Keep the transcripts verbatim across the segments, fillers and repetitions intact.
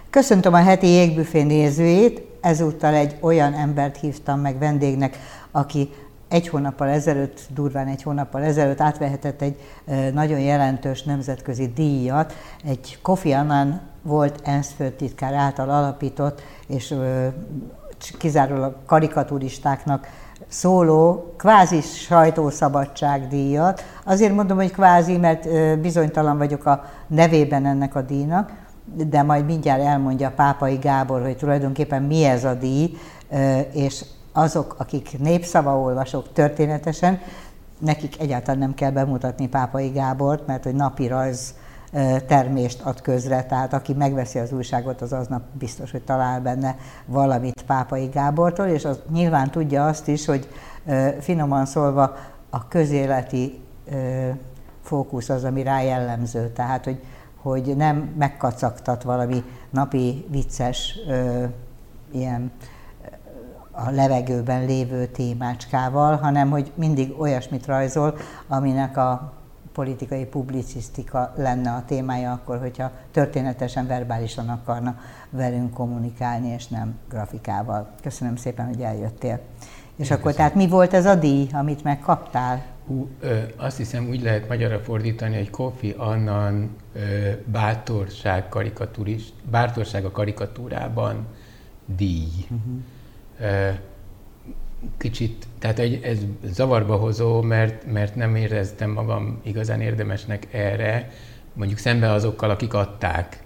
Köszöntöm a heti Jégbüfé nézőjét, ezúttal egy olyan embert hívtam meg vendégnek, aki egy hónappal ezelőtt, durván egy hónappal ezelőtt átvehetett egy nagyon jelentős nemzetközi díjat, egy Kofi Annan volt ENSZ főtitkár által alapított, és kizárólag karikaturistáknak szóló kvázi sajtószabadságdíjat. Azért mondom, hogy kvázi, mert bizonytalan vagyok a nevében ennek a díjnak, de majd mindjárt elmondja Pápai Gábor, hogy tulajdonképpen mi ez a díj, és azok, akik népszavaolvasók történetesen, nekik egyáltalán nem kell bemutatni Pápai Gábort, mert hogy napirajz termést ad közre, tehát aki megveszi az újságot, az aznap biztos, hogy talál benne valamit Pápai Gábortól, és az nyilván tudja azt is, hogy finoman szólva a közéleti fókusz az, ami rá jellemző, tehát hogy, hogy nem megkacagtat valami napi vicces ilyen a levegőben lévő témácskával, hanem hogy mindig olyasmit rajzol, aminek a politikai publicisztika lenne a témája akkor, hogyha történetesen, verbálisan akarna velünk kommunikálni, és nem grafikával. Köszönöm szépen, hogy eljöttél. És Én akkor köszönöm. Tehát mi volt ez a díj, amit megkaptál? Hú, ö, azt hiszem, úgy lehet magyarra fordítani, hogy Kofi Annan ö, bátorság, karikaturist, bátorság a karikatúrában díj. Uh-huh. Ö, Kicsit, tehát ez zavarba hozó, mert, mert nem éreztem magam igazán érdemesnek erre, mondjuk szembe azokkal, akik adták.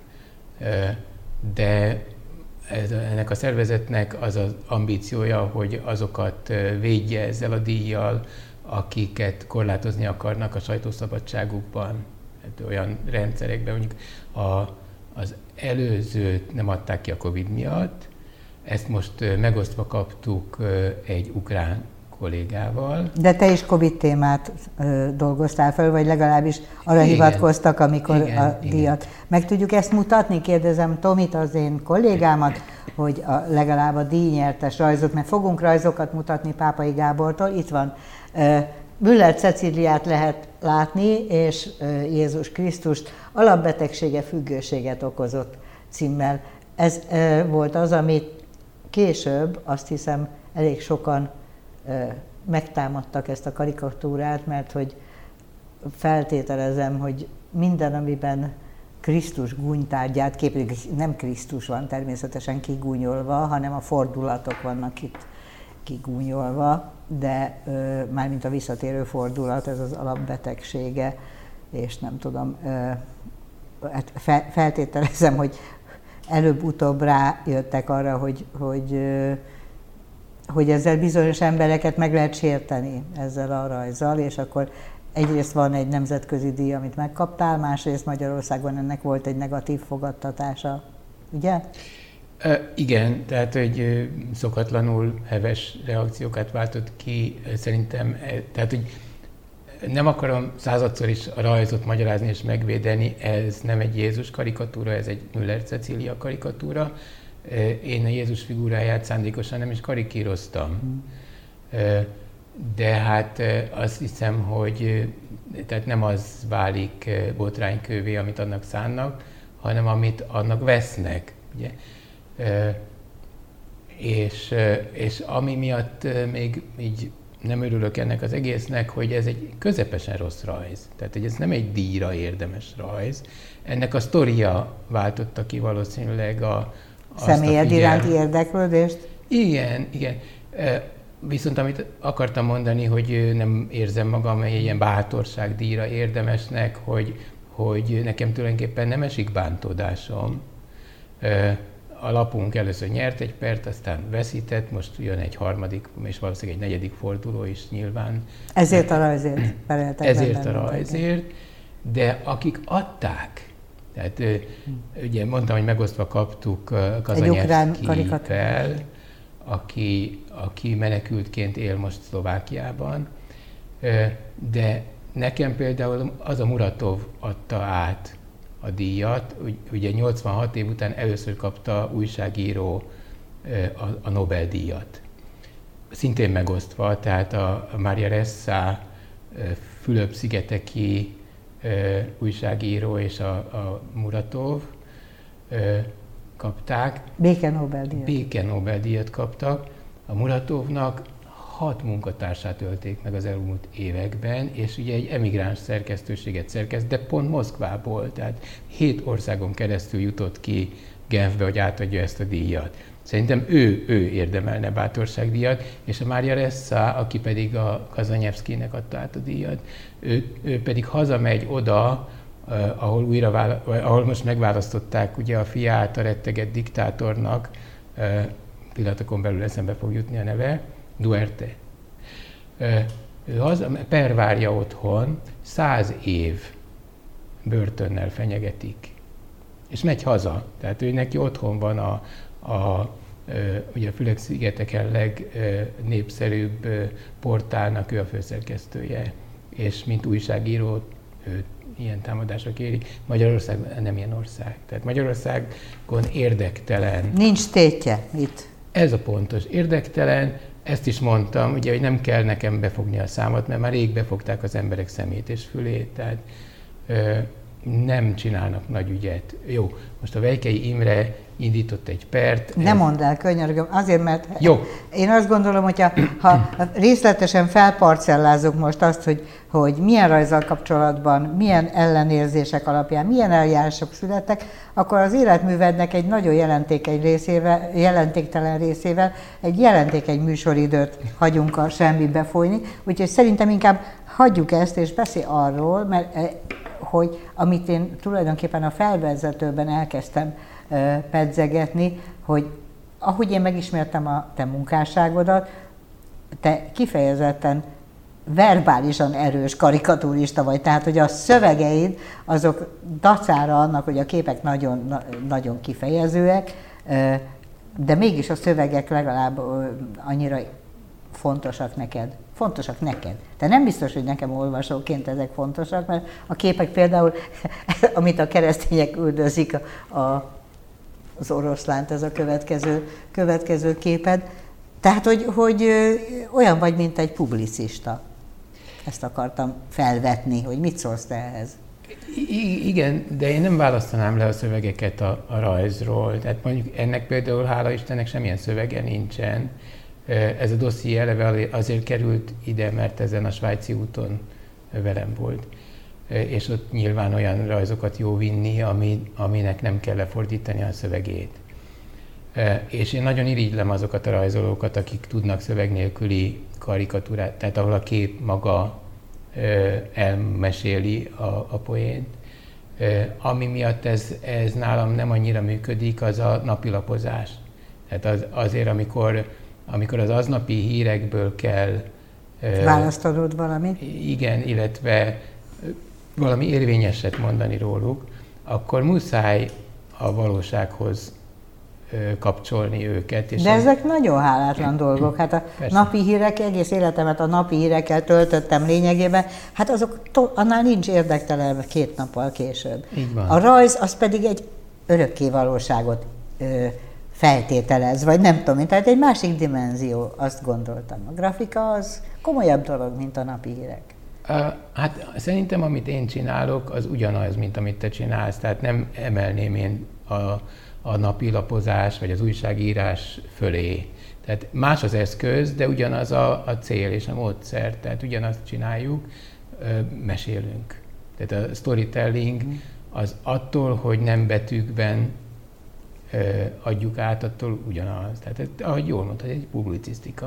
De ez, ennek a szervezetnek az az ambíciója, hogy azokat védje ezzel a díjjal, akiket korlátozni akarnak a sajtószabadságukban, hát olyan rendszerekben, mondjuk a, az előzőt nem adták ki a Covid miatt. Ezt most megosztva kaptuk egy ukrán kollégával. De te is Covid témát ö, dolgoztál fel, vagy legalábbis arra igen. hivatkoztak, amikor igen, a díjat. Igen. Meg tudjuk ezt mutatni? Kérdezem Tomit, az én kollégámat, hogy a, legalább a díjnyertes rajzot, mert fogunk rajzokat mutatni Pápai Gábortól. Itt van. Müller Cecíliát lehet látni, és Jézus Krisztust alapbetegsége függőséget okozott címmel. Ez volt az, amit később azt hiszem elég sokan e, megtámadtak ezt a karikatúrát, mert hogy feltételezem, hogy minden, amiben Krisztus gúnytárgyát képzik, nem Krisztus van természetesen kigúnyolva, hanem a fordulatok vannak itt kigúnyolva, de e, mármint a visszatérő fordulat, ez az alapbetegsége, és nem tudom, e, hát fe, feltételezem, hogy előbb-utóbb rájöttek arra, hogy, hogy, hogy ezzel bizonyos embereket meg lehet sérteni ezzel a rajzzal, és akkor egyrészt van egy nemzetközi díj, amit megkaptál, másrészt Magyarországon ennek volt egy negatív fogadtatása, ugye? E, igen, tehát hogy szokatlanul heves reakciókat váltott ki, szerintem, tehát hogy nem akarom századszor is a rajzot magyarázni és megvédeni, ez nem egy Jézus karikatúra, ez egy Müller Cecília karikatúra. Én a Jézus figuráját szándékosan nem is karikíroztam. De hát azt hiszem, hogy tehát nem az válik botránykővé, amit annak szánnak, hanem amit annak vesznek. Ugye? És, és ami miatt még így nem örülök ennek az egésznek, hogy ez egy közepesen rossz rajz. Tehát, hogy ez nem egy díjra érdemes rajz. Ennek a sztoria váltotta ki valószínűleg a... Személyed iránti érdeklődést? Igen, igen. Viszont amit akartam mondani, hogy nem érzem magam egy ilyen bátorságdíjra érdemesnek, hogy, hogy nekem tulajdonképpen nem esik bántódásom. A lapunk először nyert egy pert, aztán veszített, most jön egy harmadik, és valószínűleg egy negyedik forduló is nyilván. Ezért a rajzért pereltek. Ezért a rajzért, de akik adták, tehát hmm. ugye mondtam, hogy megosztva kaptuk Kazanyevszkijvel, aki, aki menekültként él most Szlovákiában, de nekem például az a Muratov adta át a díjat, ugye nyolcvanhat év után először kapta újságíró a, a Nobel-díjat. Szintén megosztva, tehát a, a Mária Ressa Fülöp-szigeteki újságíró és a, a Muratov kapták. Béke Nobel-díjat. Béke Nobel-díjat kaptak. A Muratovnak hat munkatársát ölték meg az elmúlt években, és ugye egy emigráns szerkesztőséget szerkeszt, de pont Moszkvából, tehát hét országon keresztül jutott ki Genfbe, hogy átadja ezt a díjat. Szerintem ő, ő érdemelne bátorságdíjat, és a Mária Ressa, aki pedig a Kazanyevszkinek adta át a díjat, ő, ő pedig hazamegy oda, Uh, ahol, újra vála- ahol most megválasztották ugye a fiát a rettegett diktátornak, uh, pillanatokon belül eszembe fog jutni a neve, Duerte. Uh, ő haza, per várja otthon, száz év börtönnel fenyegetik, és megy haza. Tehát ő neki otthon van a, a uh, ugye a Fülöp-szigeteken legnépszerűbb uh, portálnak, ő a főszerkesztője, és mint újságíró őt ilyen támadások érik. Magyarország nem ilyen ország. Tehát Magyarországon érdektelen. Nincs tétje itt. Ez a pontos. Érdektelen, ezt is mondtam, ugye, hogy nem kell nekem befogni a számot, mert már rég befogták az emberek szemét és fülét, tehát ö, nem csinálnak nagy ügyet. Jó, most a Vejkei Imre indított egy pert. Ne ez... mondd el, könyörgöm, azért, mert Jó. Én azt gondolom, hogyha ha részletesen felparcellázunk most azt, hogy, hogy milyen rajzzal kapcsolatban, milyen ellenérzések alapján, milyen eljárások születtek, akkor az életművednek egy nagyon jelentékeny részével, jelentéktelen részével egy jelentékeny műsoridőt hagyunk a semmibe folyni. Úgyhogy szerintem inkább hagyjuk ezt, és beszélj arról, mert hogy amit én tulajdonképpen a felvezetőben elkezdtem uh, pedzegetni, hogy ahogy én megismertem a te munkásságodat, te kifejezetten verbálisan erős karikaturista vagy, tehát hogy a szövegeid azok dacára annak, hogy a képek nagyon, na, nagyon kifejezőek, uh, de mégis a szövegek legalább uh, annyira fontosak neked. Fontosak neked. De nem biztos, hogy nekem olvasóként ezek fontosak, mert a képek például, amit a keresztények üldözik a, a, az oroszlánt, ez a következő, következő képed. Tehát, hogy, hogy olyan vagy, mint egy publicista. Ezt akartam felvetni, hogy mit szólsz te ehhez. I- igen, de én nem választanám le a szövegeket a, a rajzról. Tehát mondjuk ennek például, hála Istennek, semmilyen szövege nincsen. Ez a dosszié eleve azért került ide, mert ezen a svájci úton velem volt. És ott nyilván olyan rajzokat jó vinni, ami, aminek nem kell lefordítani a szövegét. És én nagyon irigylem azokat a rajzolókat, akik tudnak szöveg nélküli karikatúrát, tehát ahol a kép maga elmeséli a, a poént. Ami miatt ez, ez nálam nem annyira működik, az a napilapozás. Tehát az, azért, amikor amikor az aznapi hírekből kell... Választanod valamit? Igen, illetve valami érvényeset mondani róluk, akkor muszáj a valósághoz kapcsolni őket. És de ezek az... nagyon hálátlan dolgok. Hát a Persze. napi hírek, egész életemet a napi hírekkel töltöttem lényegében, hát azok to- annál nincs érdektelen két nappal később. Így van. A rajz az pedig egy örökké valóságot ö, feltételez, vagy nem tudom, tehát egy másik dimenzió, azt gondoltam. A grafika az komolyabb dolog, mint a napi hírek. Hát szerintem, amit én csinálok, az ugyanaz, mint amit te csinálsz, tehát nem emelném én a, a napilapozás, vagy az újságírás fölé. Tehát más az eszköz, de ugyanaz a, a cél és a módszer, tehát ugyanazt csináljuk, mesélünk. Tehát a storytelling az attól, hogy nem betűkben adjuk át, attól ugyanaz. Tehát, ahogy jól mondtad, egy publicisztika.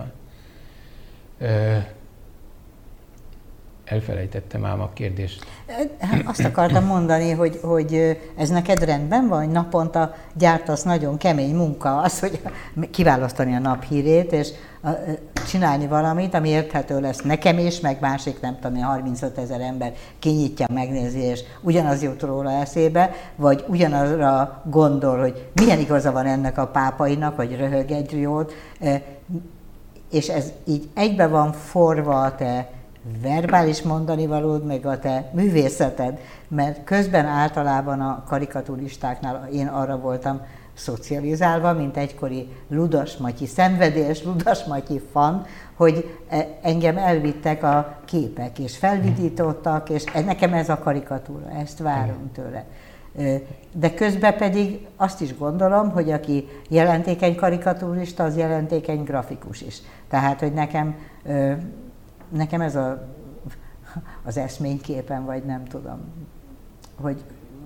Elfelejtettem ám a kérdést. Hát azt akartam mondani, hogy, hogy ez neked rendben van, hogy naponta gyártasz nagyon kemény munka, az, hogy kiválasztani a naphírét, és csinálni valamit, ami érthető lesz nekem is, meg másik, nem tudom, harmincöt ezer ember kinyitja, megnézi, és ugyanaz jut róla eszébe, vagy ugyanazra gondol, hogy milyen igaza van ennek a pápainak, vagy röhög egy jót, és ez így egybe van forva a te verbális mondanivalód, meg a te művészeted, mert közben általában a karikaturistáknál én arra voltam szocializálva, mint egykori Ludas Matyi szenvedés, Ludas Matyi fan, hogy engem elvittek a képek, és felvidítottak, és nekem ez a karikatúra, ezt várom tőle. De közben pedig azt is gondolom, hogy aki jelentékeny karikaturista, az jelentékeny grafikus is. Tehát, hogy nekem, nekem ez a, az eszményképen, vagy nem tudom, hogy,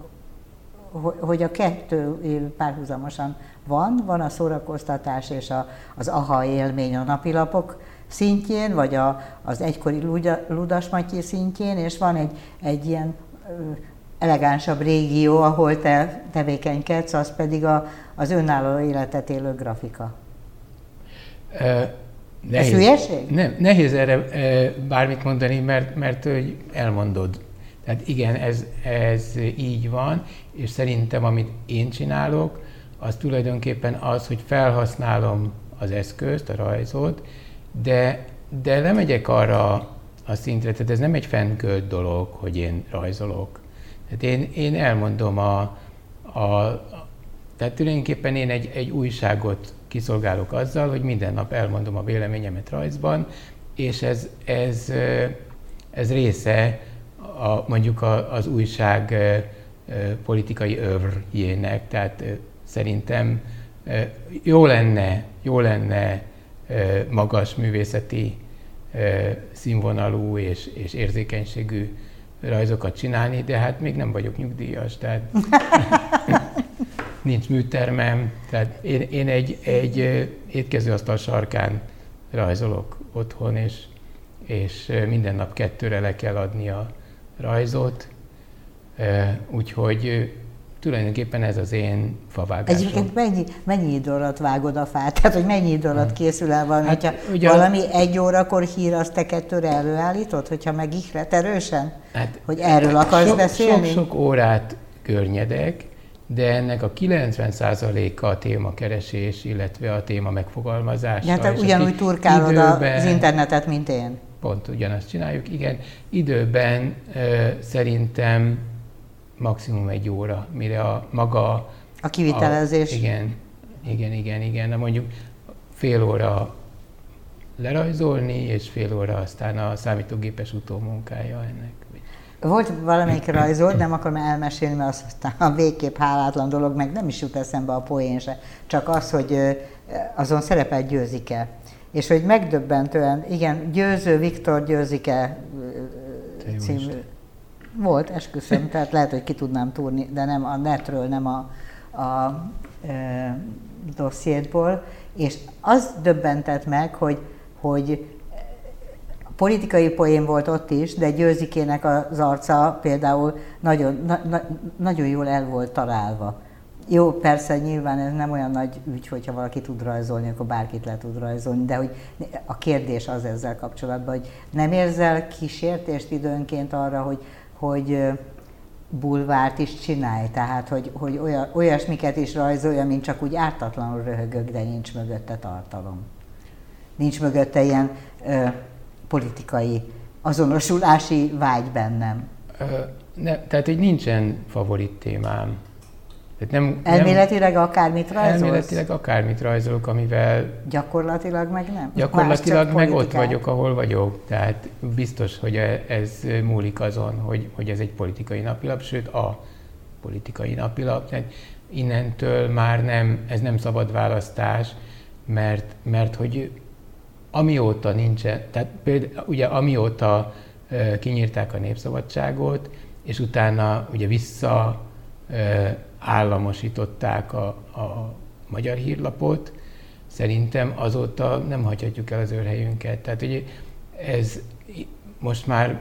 hogy a kettő párhuzamosan van, van a szórakoztatás és a, az aha élmény a napilapok szintjén, vagy a, az egykori Ludas Matyi szintjén, és van egy, egy ilyen elegánsabb régió, ahol te tevékenykedsz, az pedig a, az önálló életet élő grafika. Uh, nehéz, Ez hülyeség? Nem, nehéz erre uh, bármit mondani, mert, mert hogy elmondod. Tehát igen, ez, ez így van, és szerintem amit én csinálok, az tulajdonképpen az, hogy felhasználom az eszközt, a rajzot, de, de lemegyek arra a szintre, tehát ez nem egy fennkölt dolog, hogy én rajzolok. Tehát én, én elmondom a, a, tehát tulajdonképpen én egy, egy újságot kiszolgálok azzal, hogy minden nap elmondom a véleményemet rajzban, és ez, ez, ez része a, mondjuk a, az újság politikai övörjének, tehát szerintem jó lenne, jó lenne magas művészeti színvonalú és, és érzékenységű rajzokat csinálni, de hát még nem vagyok nyugdíjas, tehát nincs műtermem, tehát én, én egy, egy étkezőasztal sarkán rajzolok otthon, és, és minden nap kettőre le kell adni a rajzot, úgyhogy tulajdonképpen ez az én favágásom. Egyébként mennyi, mennyi idő alatt vágod a fát? Tehát, hogy mennyi idő alatt készül el valami? Hát, hogyha ugye, valami egy órakor hír, azt te kettőre előállítod, hogyha megihlet erősen? Hát, hogy erről akarsz sok, beszélni? Sok-sok órát környedek, de ennek a kilencven százaléka a témakeresés, illetve a téma megfogalmazása. Ja, hát ugyanúgy turkálod időben, az internetet, mint én. Pont ugyanazt csináljuk, igen. Időben uh, szerintem maximum egy óra, mire a maga... A kivitelezés. A, igen, igen, igen, igen. Na mondjuk fél óra lerajzolni, és fél óra aztán a számítógépes utómunkája ennek. Volt valamelyik rajzol, nem akarom elmesélni, mert az aztán a végképp hálátlan dolog, meg nem is jut eszembe a poén se, csak az, hogy azon szerepel Győzike. És hogy megdöbbentően, igen, Győző Viktor Győzike című. Volt, esküszöm, tehát lehet, hogy ki tudnám túrni, de nem a netről, nem a, a e, dossziétból. És az döbbentett meg, hogy, hogy politikai poén volt ott is, de Győzikének az arca például nagyon, na, na, nagyon jól el volt találva. Jó, persze, nyilván ez nem olyan nagy ügy, hogyha valaki tud rajzolni, akkor bárkit le tud rajzolni, de hogy a kérdés az ezzel kapcsolatban, hogy nem érzel kísértést időnként arra, hogy, hogy bulvárt is csinálj, tehát hogy, hogy olyan, olyasmiket is rajzolja, mint csak úgy ártatlanul röhögök, de nincs mögötte tartalom. Nincs mögötte ilyen ö, politikai azonosulási vágy bennem. Ö, ne, tehát így nincsen favorit témám. Nem, elméletileg nem, akármit rajzolsz? Elméletileg akármit rajzolok, amivel... Gyakorlatilag meg nem? Gyakorlatilag meg ott vagyok, ahol vagyok. Tehát biztos, hogy ez múlik azon, hogy, hogy ez egy politikai napilap, sőt a politikai napilap. Tehát innentől már nem, ez nem szabad választás, mert, mert hogy amióta nincsen, tehát például ugye amióta uh, kinyírták a Népszabadságot, és utána ugye vissza uh, államosították a, a Magyar Hírlapot, szerintem azóta nem hagyhatjuk el az őrhelyünket. Tehát ugye ez most már,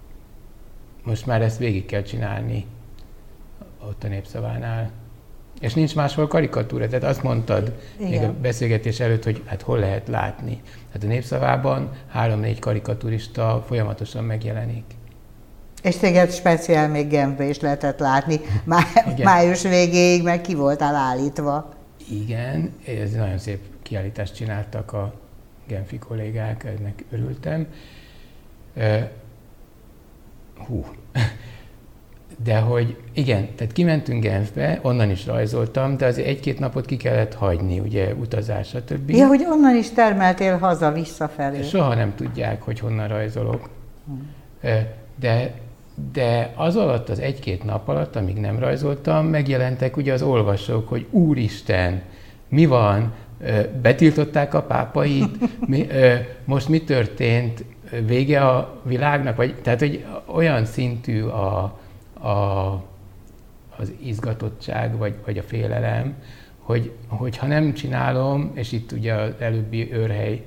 most már ezt végig kell csinálni ott a Népszavánál. És nincs máshol karikatúra, tehát azt mondtad igen. még a beszélgetés előtt, hogy hát hol lehet látni. Hát a Népszavában három-négy karikaturista folyamatosan megjelenik. És téged speciál még Genfbe is lehetett látni, Má, május végéig, mert ki voltál állítva. Igen, ez nagyon szép kiállítást csináltak a genfi kollégák, ennek örültem. Hú, de hogy igen, tehát kimentünk Genfbe, onnan is rajzoltam, de azért egy-két napot ki kellett hagyni, ugye utazás, stb. Ja, hogy onnan is termeltél haza, visszafelé. Soha nem tudják, hogy honnan rajzolok. Hmm. De De az alatt, az egy-két nap alatt, amíg nem rajzoltam, megjelentek ugye az olvasók, hogy úristen, mi van, betiltották a pápait, mi, most mi történt, vége a világnak, vagy, tehát hogy olyan szintű a, a, az izgatottság, vagy, vagy a félelem, hogy, hogy ha nem csinálom, és itt ugye az előbbi őrhely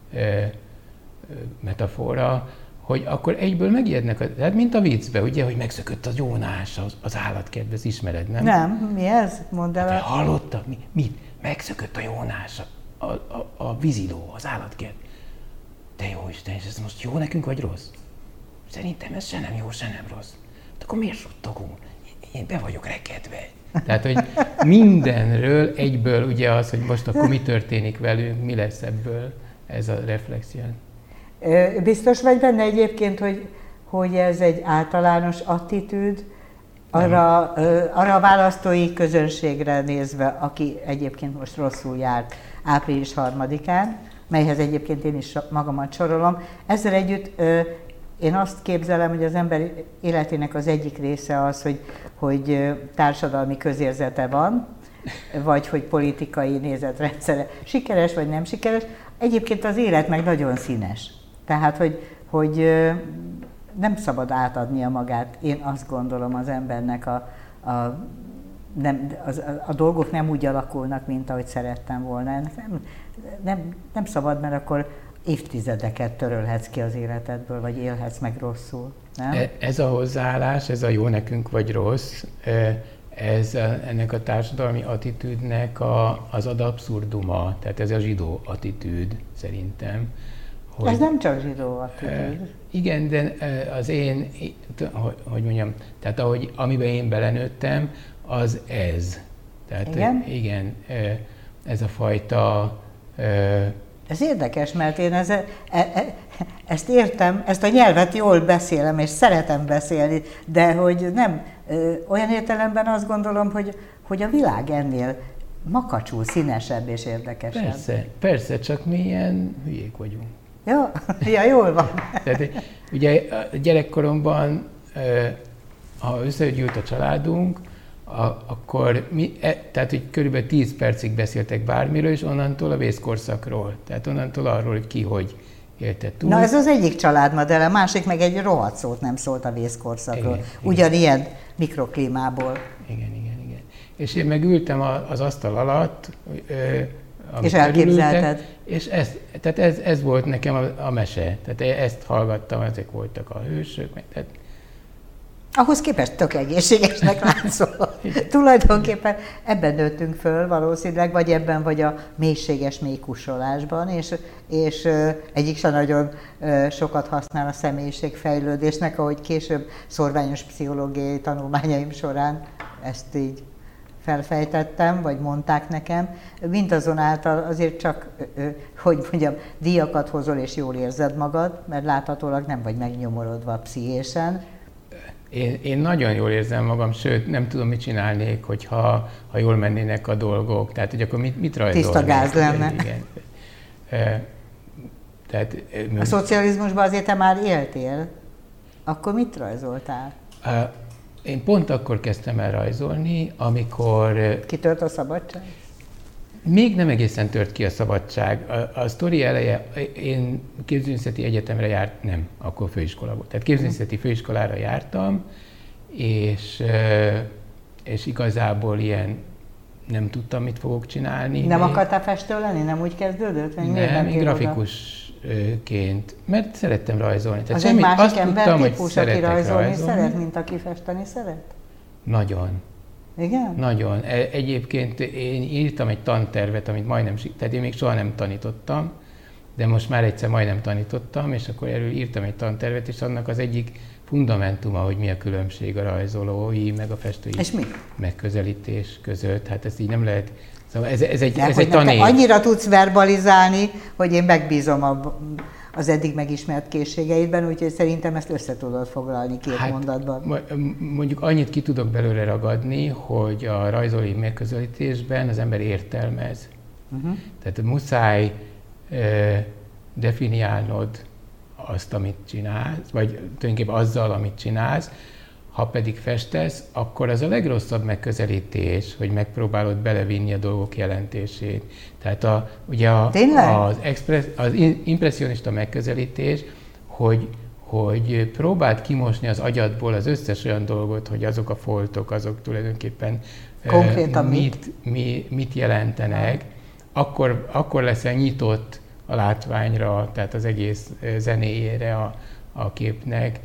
metafora, hogy akkor egyből megijednek, tehát mint a viccbe, ugye, hogy megszökött a Jónás, az, az állatkedv, ezt ismered, nem? Nem, mi ez? Mondd el. Te hallottad? Mi? Mit? Megszökött a Jónás, a, a, a víziló, az állatkedv. De jó Isten, és ez most jó nekünk, vagy rossz? Szerintem ez se nem jó, se nem rossz. De akkor miért suttogunk? Én be vagyok rekedve. Tehát, hogy mindenről egyből ugye az, hogy most akkor mi történik velünk, mi lesz ebből ez a reflexió. Biztos vagy benne egyébként, hogy, hogy ez egy általános attitűd arra, arra a választói közönségre nézve, aki egyébként most rosszul járt április harmadikán, melyhez egyébként én is magamat sorolom. Ezzel együtt én azt képzelem, hogy az ember életének az egyik része az, hogy, hogy társadalmi közérzete van, vagy hogy politikai nézetrendszere sikeres vagy nem sikeres. Egyébként az élet meg nagyon színes. Tehát, hogy, hogy nem szabad átadnia magát, én azt gondolom az embernek, a, a, nem, az, a, a dolgok nem úgy alakulnak, mint ahogy szerettem volna. Ennek nem, nem, nem szabad, mert akkor évtizedeket törölhetsz ki az életedből, vagy élhetsz meg rosszul. Nem? Ez a hozzáállás, ez a jó nekünk vagy rossz, ez ennek a társadalmi attitűdnek a, az ad abszurduma, tehát ez a zsidó attitűd szerintem. Hogy, ez nem csak zsidó attitűd. Igen, de az én, hogy mondjam, tehát ahogy, amiben én belenőttem, az ez. Tehát igen? Igen, ez a fajta... Ez érdekes, mert én ez, e, e, ezt értem, ezt a nyelvet jól beszélem, és szeretem beszélni, de hogy nem, olyan értelemben azt gondolom, hogy, hogy a világ ennél makacsul színesebb és érdekesebb. Persze, persze, csak mi ilyen hülyék vagyunk. Ja, ja, jól van. Tehát, ugye gyerekkoromban, ha összegyűlt a családunk, akkor mi, tehát hogy körülbelül tíz percig beszéltek bármiről, és onnantól a vészkorszakról. Tehát onnantól arról, hogy ki hogy élte túl. Na ez az egyik családmodell, a másik meg egy rohadt szót nem szólt a vészkorszakról. Igen, ugyanilyen igen. Mikroklímából. Igen, igen, igen. És én megültem az asztal alatt, és elképzelted. És ez, tehát ez, ez volt nekem a, a mese. Tehát ezt hallgattam, ezek voltak a hősök. Meg, tehát... Ahhoz képest tök egészségesnek látszol. Tulajdonképpen ebben nőttünk föl valószínűleg, vagy ebben, vagy a mélységes mélykussolásban, és, és egyik sem nagyon sokat használ a személyiségfejlődésnek, ahogy később szorványos pszichológiai tanulmányaim során ezt így felfejtettem, vagy mondták nekem, mindazonáltal azért csak, hogy mondjam, díjakat hozol és jól érzed magad, mert láthatólag nem vagy megnyomorodva pszichésen. Én, én nagyon jól érzem magam, sőt, nem tudom, mit csinálnék, hogyha ha jól mennének a dolgok. Tehát, hogy akkor mit, mit rajzolnék? Tiszta gáz lenne. Igen. E, tehát, a szocializmusban azért te már éltél. Akkor mit rajzoltál? E, Én pont akkor kezdtem el rajzolni, amikor... Kitört a szabadság? Még nem egészen tört ki a szabadság. A, a sztori eleje, én képzőművészeti egyetemre járt, nem, akkor főiskola volt. Tehát képzőművészeti főiskolára jártam, és, és igazából ilyen nem tudtam, mit fogok csinálni. Nem még. Akartál festő lenni? Nem úgy kezdődött? Nem, nem én grafikusként, mert szerettem rajzolni. Tehát az semmi, egy másik azt ember tudtam, típus, aki rajzolni, rajzolni szeret, mint aki festeni szeret? Nagyon. Igen? Nagyon. Egyébként én írtam egy tantervet, amit majdnem, tehát én még soha nem tanítottam, de most már egyszer majdnem tanítottam, és akkor erről írtam egy tantervet, és annak az egyik fundamentuma, hogy mi a különbség a rajzolói, meg a festői és mi? megközelítés között. Hát ezt így nem lehet... Szóval ez, ez egy, de ez egy tanév. Annyira tudsz verbalizálni, hogy én megbízom a, az eddig megismert készségeidben, úgyhogy szerintem ezt össze tudod foglalni két hát, mondatban. Mondjuk annyit ki tudok belőle ragadni, hogy a rajzolói megközelítésben az ember értelmez. Uh-huh. Tehát muszáj e, definiálnod azt, amit csinálsz, vagy tulajdonképpen azzal, amit csinálsz. Ha pedig festesz, akkor az a legrosszabb megközelítés, hogy megpróbálod belevinni a dolgok jelentését. Tehát a, ugye a, az, express, az impresszionista megközelítés, hogy, hogy próbáld kimosni az agyadból az összes olyan dolgot, hogy azok a foltok, azok tulajdonképpen konkrétan mit, mit, mit jelentenek, akkor, akkor leszel nyitott a látványra, tehát az egész zenéjére a, a képnek.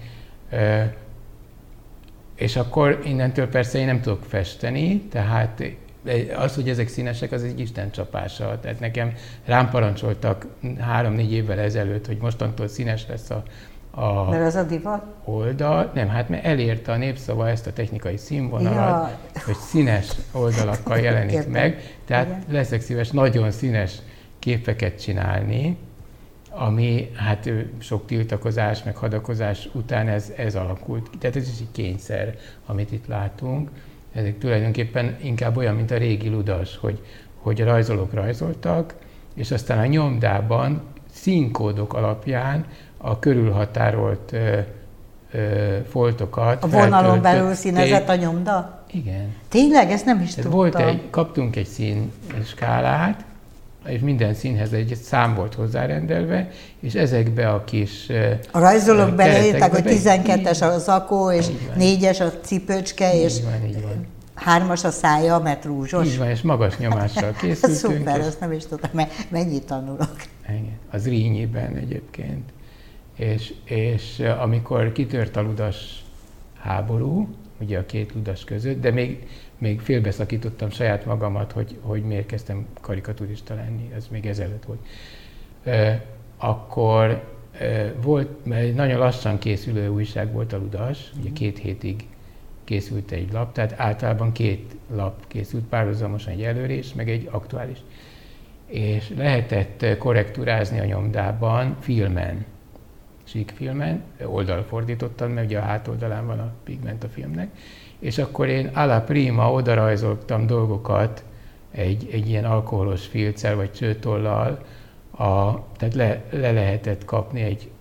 És akkor innentől persze én nem tudok festeni, tehát az, hogy ezek színesek, az egy istencsapása. Tehát nekem rám parancsoltak három-négy évvel ezelőtt, hogy mostantól színes lesz a, a mert az a divat? Oldal. Nem, hát mert elérte a Népszava ezt a technikai színvonalat, ja. hogy színes oldalakkal jelenik Értem. meg. Tehát Igen. leszek szíves nagyon színes képeket csinálni, ami hát sok tiltakozás, meg hadakozás után ez, ez alakult. Tehát ez is egy kényszer, amit itt látunk. Ezek tulajdonképpen inkább olyan, mint a régi ludas, hogy, hogy a rajzolók rajzoltak, és aztán a nyomdában színkódok alapján a körülhatárolt ö, ö, foltokat A vonalon belül színezett a nyomda? Igen. Tényleg? Ezt nem is Tehát tudtam. Volt egy, kaptunk egy színskálát, és minden színhez egy szám volt hozzárendelve, és ezekbe a kis A rajzolók beleírták, hogy tizenkettes a zakó, és négyes a cipőcske, így és van, így van. hármas a szája, mert rúzsos. Így van, és magas nyomással készültünk. Szuper, ezt nem is tudtam, mennyit tanulok. Igen, az Rínyiben egyébként. És, és amikor kitört a ludas háború, ugye a két ludas között, de még Még félbeszakítottam saját magamat, hogy, hogy miért kezdtem karikaturista lenni, ez még ezelőtt volt. E, akkor e, volt, mert nagyon lassan készülő újság volt a Ludas, ugye két hétig készült egy lap, tehát általában két lap készült párhuzamosan, egy előrés, meg egy aktuális. És lehetett korrektúrázni a nyomdában, filmen, síkfilmen, oldalfordítottan, mert ugye a hátoldalán van a pigment a filmnek, és akkor én à la prima oda rajzoltam dolgokat egy, egy ilyen alkoholos filccel vagy csőtollal, a, tehát le, le lehetett kapni egy,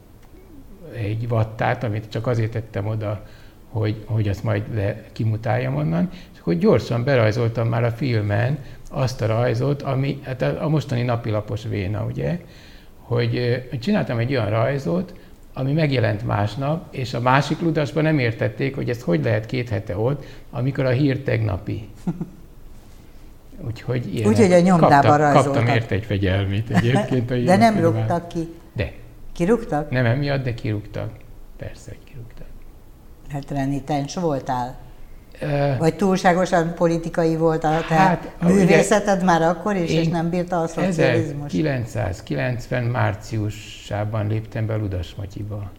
egy vattát, amit csak azért tettem oda, hogy, hogy azt majd le, kimutáljam onnan, és akkor gyorsan berajzoltam már a filmen azt a rajzot, ami hát a mostani napilapos véna, ugye, hogy, hogy csináltam egy olyan rajzot, ami megjelent másnap, és a másik ludasban nem értették, hogy ezt hogy lehet két hete ott, amikor a hír tegnapi. Úgyhogy Úgyhogy a nyomdában rajzoltak. Kaptam érte egy fegyelmét egyébként. A de nem rúgtak ki? De. Kirúgtak? Nem emiatt, de kirúgtak. Persze, hogy kirúgtak. Hát renitens voltál? Uh, Vagy túlságosan politikai volt a te hát, művészeted ugye, már akkor is, és nem bírta a szocializmus? ezerkilencszázkilencven márciusában léptem be a Ludas Matyiba.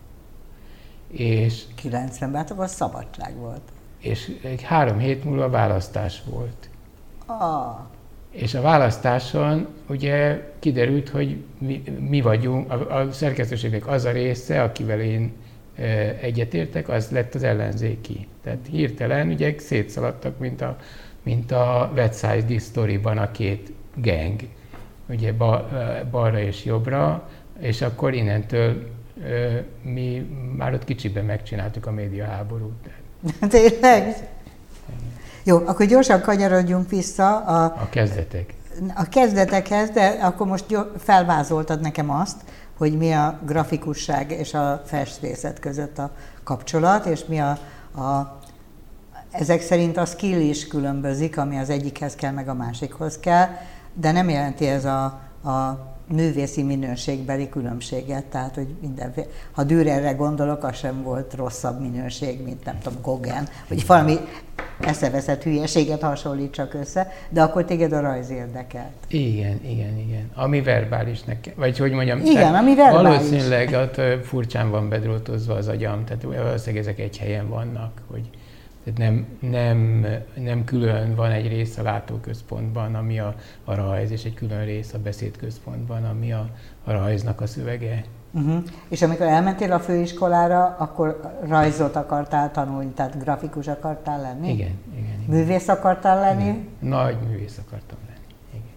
És kilencvenben, hát akkor szabadság volt. És három hét múlva választás volt. Ah. És a választáson ugye kiderült, hogy mi, mi vagyunk, a, a szerkesztőségnek az a része, akivel én egyetértek, az lett az ellenzéki. Tehát hirtelen ugye szétszaladtak, mint a, mint a West Side Story-ban a két gang, ugye ba, balra és jobbra, és akkor innentől mi már ott kicsiben megcsináltuk a médiaháborút. Tényleg? Jó, akkor gyorsan kanyarodjunk vissza a, a kezdetek. A kezdetekhez, de akkor most felvázoltad nekem azt, hogy mi a grafikusság és a festészet között a kapcsolat, és mi a, a ezek szerint a skill is különbözik, ami az egyikhez kell, meg a másikhoz kell, de nem jelenti ez a, a művészi minőségbeli különbséget, tehát, hogy mindenféle, ha Dürerre gondolok, az sem volt rosszabb minőség, mint nem tudom, Gauguin, hogy valami eszeveszett hülyeséget hasonlítsak össze, de akkor téged a rajz érdekelt. Igen, igen, igen. Ami verbális nekem, vagy hogy mondjam, igen, ami verbális. Valószínűleg ott furcsán van bedrótozva az agyam, tehát valószínűleg ezek egy helyen vannak, hogy tehát nem, nem, nem külön van egy rész a látóközpontban, ami a, a rajz, és egy külön rész a beszédközpontban, ami a, a rajznak a szövege. Uh-huh. És amikor elmentél a főiskolára, akkor rajzot akartál tanulni, tehát grafikus akartál lenni? Igen, igen. igen. Művész akartál lenni? Igen. Nagy művész akartam lenni, igen.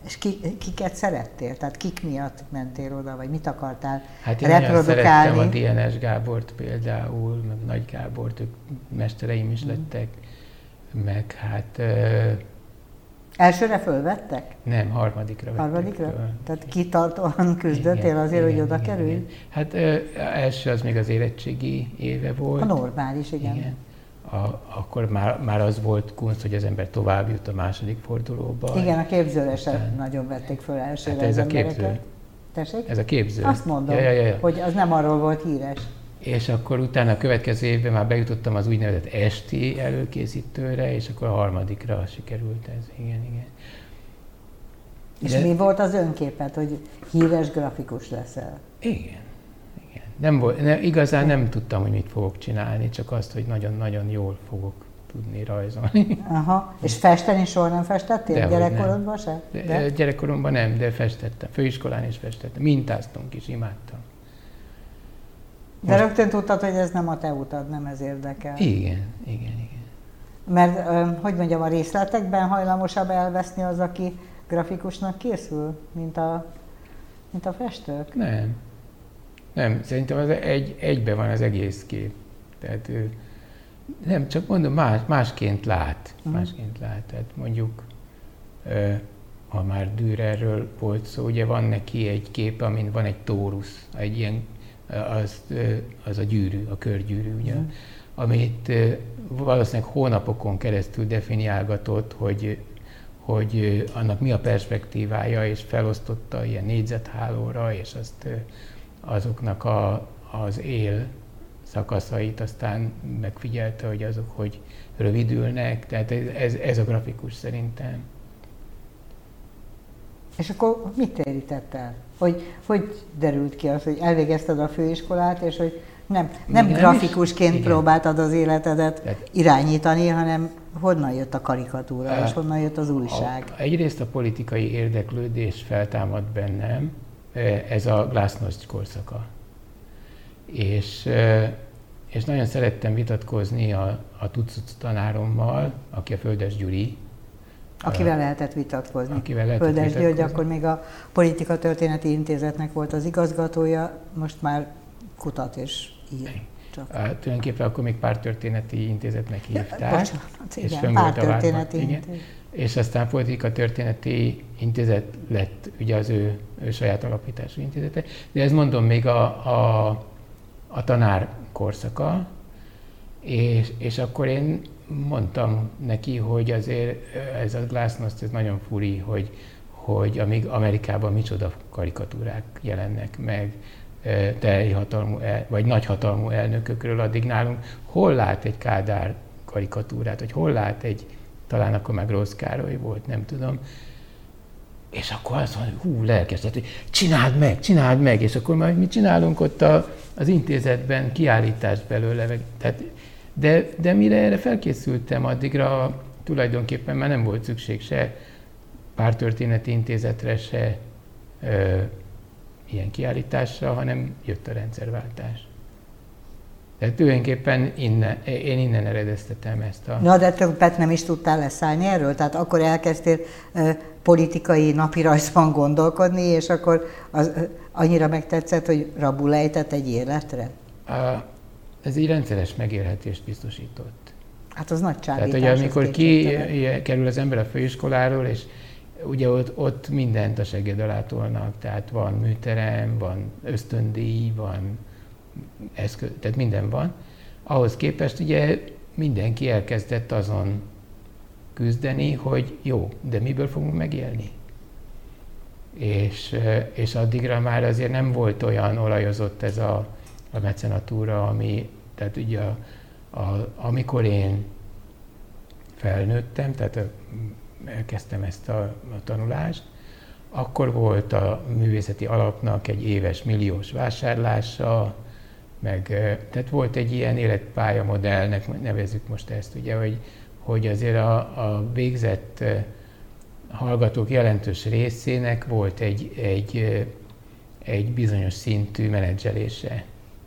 És ki, kiket szerettél? Tehát kik miatt mentél oda, vagy mit akartál hát én reprodukálni? Hát én szerettem a dé en es Gábort például, meg Nagy Gábort, ők mestereim is lettek, mm. meg hát... Uh, Elsőre fölvettek? Nem, harmadikra vettek Harmadikra? föl. Tehát kitartóan küzdöttél azért, igen, hogy oda igen, kerülj? Igen. Hát uh, első az még az érettségi éve volt. A normális, igen. igen. A, akkor már, már az volt kunst, hogy az ember tovább jut a második fordulóba. Igen, a képzőre sem nagyon vették föl elsőre. Hát ez a képző. Tessék? Ez a képző. Azt mondom, ja, ja, ja. hogy az nem arról volt híres. És akkor utána a következő évben már bejutottam az úgynevezett esti előkészítőre, és akkor a harmadikra sikerült ez. Igen, igen. És De... mi volt az önképed, hogy híres grafikus leszel? Igen. Nem volt, ne, igazán nem tudtam, hogy mit fogok csinálni, csak azt, hogy nagyon-nagyon jól fogok tudni rajzolni. Aha. És festeni soha nem festettél? De gyerekkorodban se? De? De? Gyerekkoromban nem, de festettem. Főiskolán is festettem. Mintáztunk is, imádtam. De Most... rögtön tudtad, hogy ez nem a te utad, nem ez érdekel? Igen, igen, igen. Mert, hogy mondjam, a részletekben hajlamosabb elveszni az, aki grafikusnak készül, mint a, mint a festők? Nem. Nem, szerintem az egy, egyben van az egész kép. Tehát nem, csak mondom, más, másként lát. Uh-huh. Másként lát. Tehát mondjuk, ha már Dürerről volt szó, ugye van neki egy kép, amin van egy tórusz, egy ilyen, az, az a gyűrű, a körgyűrű, ugye, uh-huh. amit valószínűleg hónapokon keresztül definiálgatott, hogy, hogy annak mi a perspektívája, és felosztotta ilyen négyzethálóra, és azt azoknak a, az él szakaszait aztán megfigyelte, hogy azok hogy rövidülnek, tehát ez, ez a grafikus szerintem. És akkor mit térített el? Hogy, hogy derült ki az, hogy elvégezted a főiskolát, és hogy nem, nem grafikusként nem próbáltad az életedet tehát, irányítani, hanem honnan jött a karikatúra, a, és honnan jött az újság? A, egyrészt a politikai érdeklődés feltámad bennem, ez a glasnost korszaka. És, és nagyon szerettem vitatkozni a, a tucuc tanárommal, aki a Földes Gyuri. Akivel lehetett vitatkozni. Akivel lehetett Földes vitatkozni. György akkor még a Politika Történeti Intézetnek volt az igazgatója, most már kutat és ír. Csak. A, tulajdonképpen akkor még Párttörténeti Intézetnek hívták. Ja, bocsánat, igen, Párttörténeti Intézet. És aztán Politika Történeti Intézet lett ugye az ő, ő saját alapítású intézete. De ez mondom még a, a, a tanár korszaka, és, és akkor én mondtam neki, hogy azért ez a glasnost, ez nagyon furi, hogy, hogy amíg Amerikában micsoda karikatúrák jelennek meg, teljhatalmú, vagy nagyhatalmú elnökökről, addig nálunk hol lát egy Kádár karikatúrát, vagy hol lát egy, talán akkor meg Rossz Károly volt, nem tudom. És akkor azt mondja, hú, lelkesedett, hogy csináld meg, csináld meg, és akkor majd mi csinálunk ott a, az intézetben kiállítást belőle. Tehát, de, de mire erre felkészültem, addigra tulajdonképpen már nem volt szükség se Párttörténeti Intézetre, se ö, ilyen kiállításra, hanem jött a rendszerváltás. Tehát tulajdonképpen innen, én innen eredeztetem ezt a... Na, de többet nem is tudtál leszállni erről? Tehát akkor elkezdtél uh, politikai napirajzban gondolkodni, és akkor az, uh, annyira megtetszett, hogy rabul ejtett egy életre? A, ez egy rendszeres megélhetést biztosított. Hát az nagy csábítás. Tehát, hogy amikor kikerül az ember a főiskoláról, és ugye ott, ott mindent a segéd alá tolnak, tehát van műterem, van ösztöndíj, van eszköz, tehát minden van. Ahhoz képest ugye mindenki elkezdett azon küzdeni, hogy jó, de miből fogunk megélni? És, és addigra már azért nem volt olyan olajozott ez a, a mecenatúra, ami, tehát ugye a, a, amikor én felnőttem, tehát a, elkezdtem ezt a, a tanulást, akkor volt a művészeti alapnak egy éves milliós vásárlása, meg, tehát volt egy ilyen életpálya modellnek, nevezzük most ezt, ugye, hogy, hogy azért a, a végzett hallgatók jelentős részének volt egy, egy, egy bizonyos szintű menedzselése.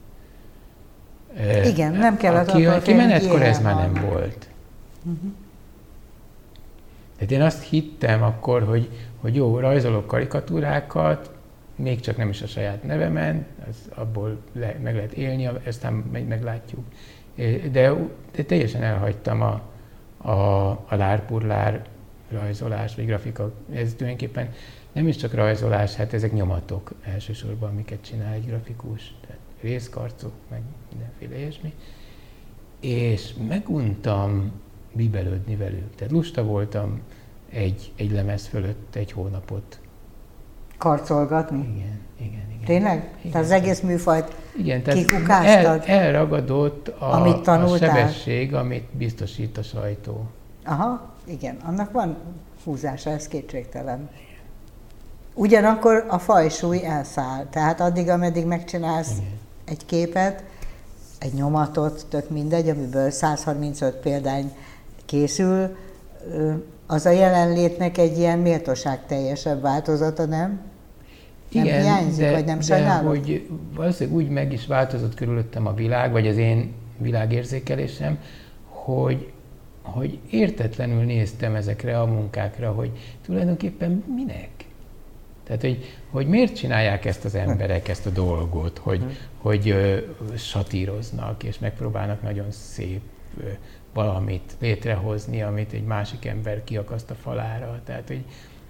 Igen, nem kellett attól félni. Aki menetkor ez már nem volt. Uh-huh. Tehát én azt hittem akkor, hogy, hogy jó, rajzolok karikatúrákat, még csak nem is a saját nevemen, az abból le, meg lehet élni, aztán meg, meglátjuk. De, de teljesen elhagytam a, a, a lárpurlár rajzolás, vagy grafika. Ez tulajdonképpen nem is csak rajzolás, hát ezek nyomatok elsősorban, amiket csinál egy grafikus. Tehát részkarcok, meg mindenféle ilyesmi. És meguntam bibelődni velük. Tehát lusta voltam egy, egy lemez fölött egy hónapot. Karcolgatni? Igen, igen, igen. Tényleg? Igen. Tehát az egész műfajt igen, tehát kikukástad? El, elragadott a, amit a sebesség, amit biztosít a sajtó. Aha, igen, annak van húzása, ez kétségtelen. Ugyanakkor a fajsúly elszáll, tehát addig, ameddig megcsinálsz igen. egy képet, egy nyomatot, tök mindegy, amiből száz harmincöt példány készül, az a jelenlétnek egy ilyen méltóságteljesebb változata, nem? Nem igen, hiányzik, de, vagy nem de sajnálod? hogy valószínűleg úgy meg is változott körülöttem a világ, vagy az én világérzékelésem, hogy, hogy értetlenül néztem ezekre a munkákra, hogy tulajdonképpen minek? Tehát, hogy, hogy miért csinálják ezt az emberek, ezt a dolgot, hogy, hmm. hogy ö, satíroznak, és megpróbálnak nagyon szép ö, valamit létrehozni, amit egy másik ember kiakaszt a falára. Tehát, hogy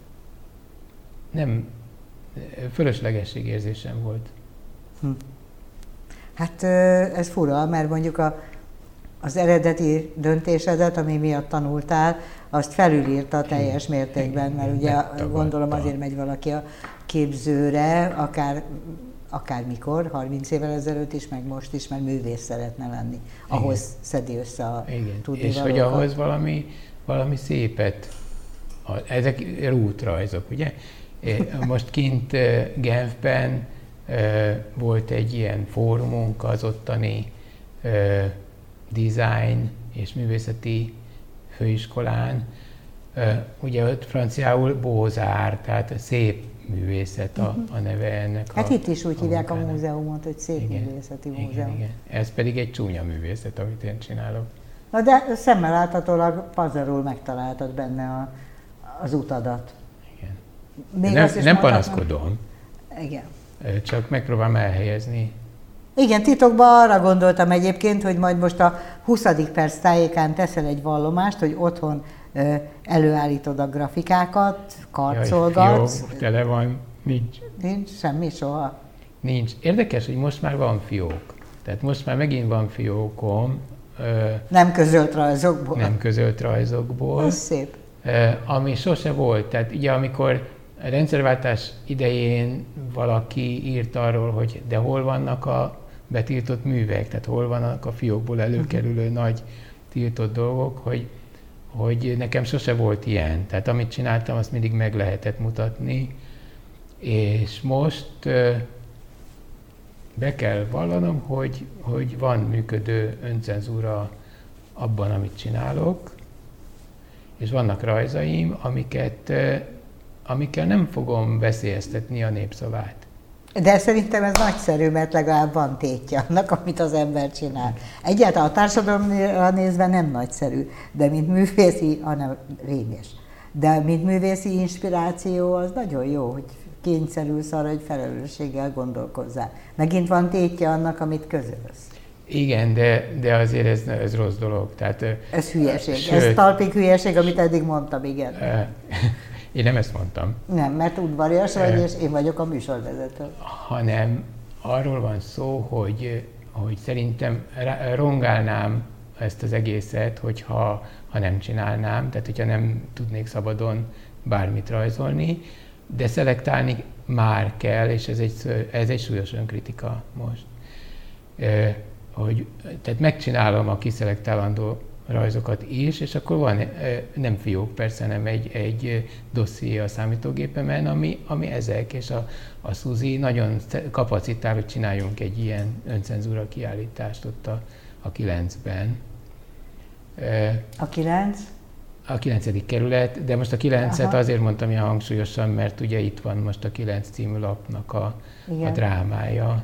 nem, fölöslegességérzésem volt. Hm. Hát ez fura, mert mondjuk a, az eredeti döntésedet, ami miatt tanultál, azt felülírta teljes mértékben, mert ugye gondolom azért megy valaki a képzőre, akár akármikor, harminc évvel ezelőtt is, meg most is, mert művész szeretne lenni. Ahhoz igen. szedi össze a igen. tudni És valókat. hogy ahhoz valami, valami szépet, ezek rútrajzok, ugye? Most kint Genfben volt egy ilyen fórumunk az ottani design és művészeti főiskolán. Ugye ott franciául Beaux-Arts, tehát szép művészet a, a neve ennek. Hát a, itt is úgy a hívják munkának. a múzeumot, hogy szép igen, művészeti igen, múzeum. Igen. Ez pedig egy csúnya művészet, amit én csinálok. Na de szemmel láthatólag pazarul megtaláltad benne a, az utadat. Igen. Még nem azt is nem panaszkodom. Igen. Csak megpróbálom elhelyezni. Igen, titokban arra gondoltam egyébként, hogy majd most a huszadik perc tájékán teszel egy vallomást, hogy otthon ö, előállítod a grafikákat, karcolgatsz. Jaj, tele van, nincs. Nincs semmi soha? Nincs. Érdekes, hogy most már van fiók. Tehát most már megint van fiókom. Ö, nem közölt rajzokból. Nem közölt rajzokból. Ez szép. Ö, ami sose volt. Tehát ugye amikor a rendszerváltás idején valaki írt arról, hogy de hol vannak a betiltott művek, tehát hol vannak a fiókból előkerülő uh-huh. nagy tiltott dolgok, hogy, hogy nekem sose volt ilyen. Tehát amit csináltam, azt mindig meg lehetett mutatni, és most ö, be kell vallanom, hogy, hogy van működő öncenzúra abban, amit csinálok, és vannak rajzaim, amiket ö, amikkel nem fogom veszélyeztetni a népszavát. De szerintem ez nagyszerű, mert legalább van tétje annak, amit az ember csinál. Egyáltalán a társadalomra nézve nem nagyszerű, de mint művészi, hanem réges. De mint művészi inspiráció az nagyon jó, hogy kényszerülsz arra, hogy felelősséggel gondolkozzál. Megint van tétje annak, amit közölsz. Igen, de, de azért ez, ez rossz dolog. Tehát, ez hülyeség. Sőt, ez talpig hülyeség, amit eddig mondtam, igen. Én nem ezt mondtam. Nem, mert udvarias vagy, és én vagyok a műsorvezető. Hanem arról van szó, hogy, hogy szerintem rongálnám ezt az egészet, hogyha ha nem csinálnám, tehát hogyha nem tudnék szabadon bármit rajzolni, de szelektálni már kell, és ez egy, ez egy súlyos önkritika most. Hogy, tehát megcsinálom a kiszelektálandó rajzokat is, és akkor van, nem fiók persze, nem egy, egy dosszié a számítógépemen, ami, ami ezek, és a, a Szuzi nagyon kapacitál, hogy csináljunk egy ilyen öncenzúra kiállítást ott a, a kilencben. A kilenc? A kilencedik kerület, de most a kilencet Aha. azért mondtam ilyen hangsúlyosan, mert ugye itt van most a kilenc című lapnak a, a drámája,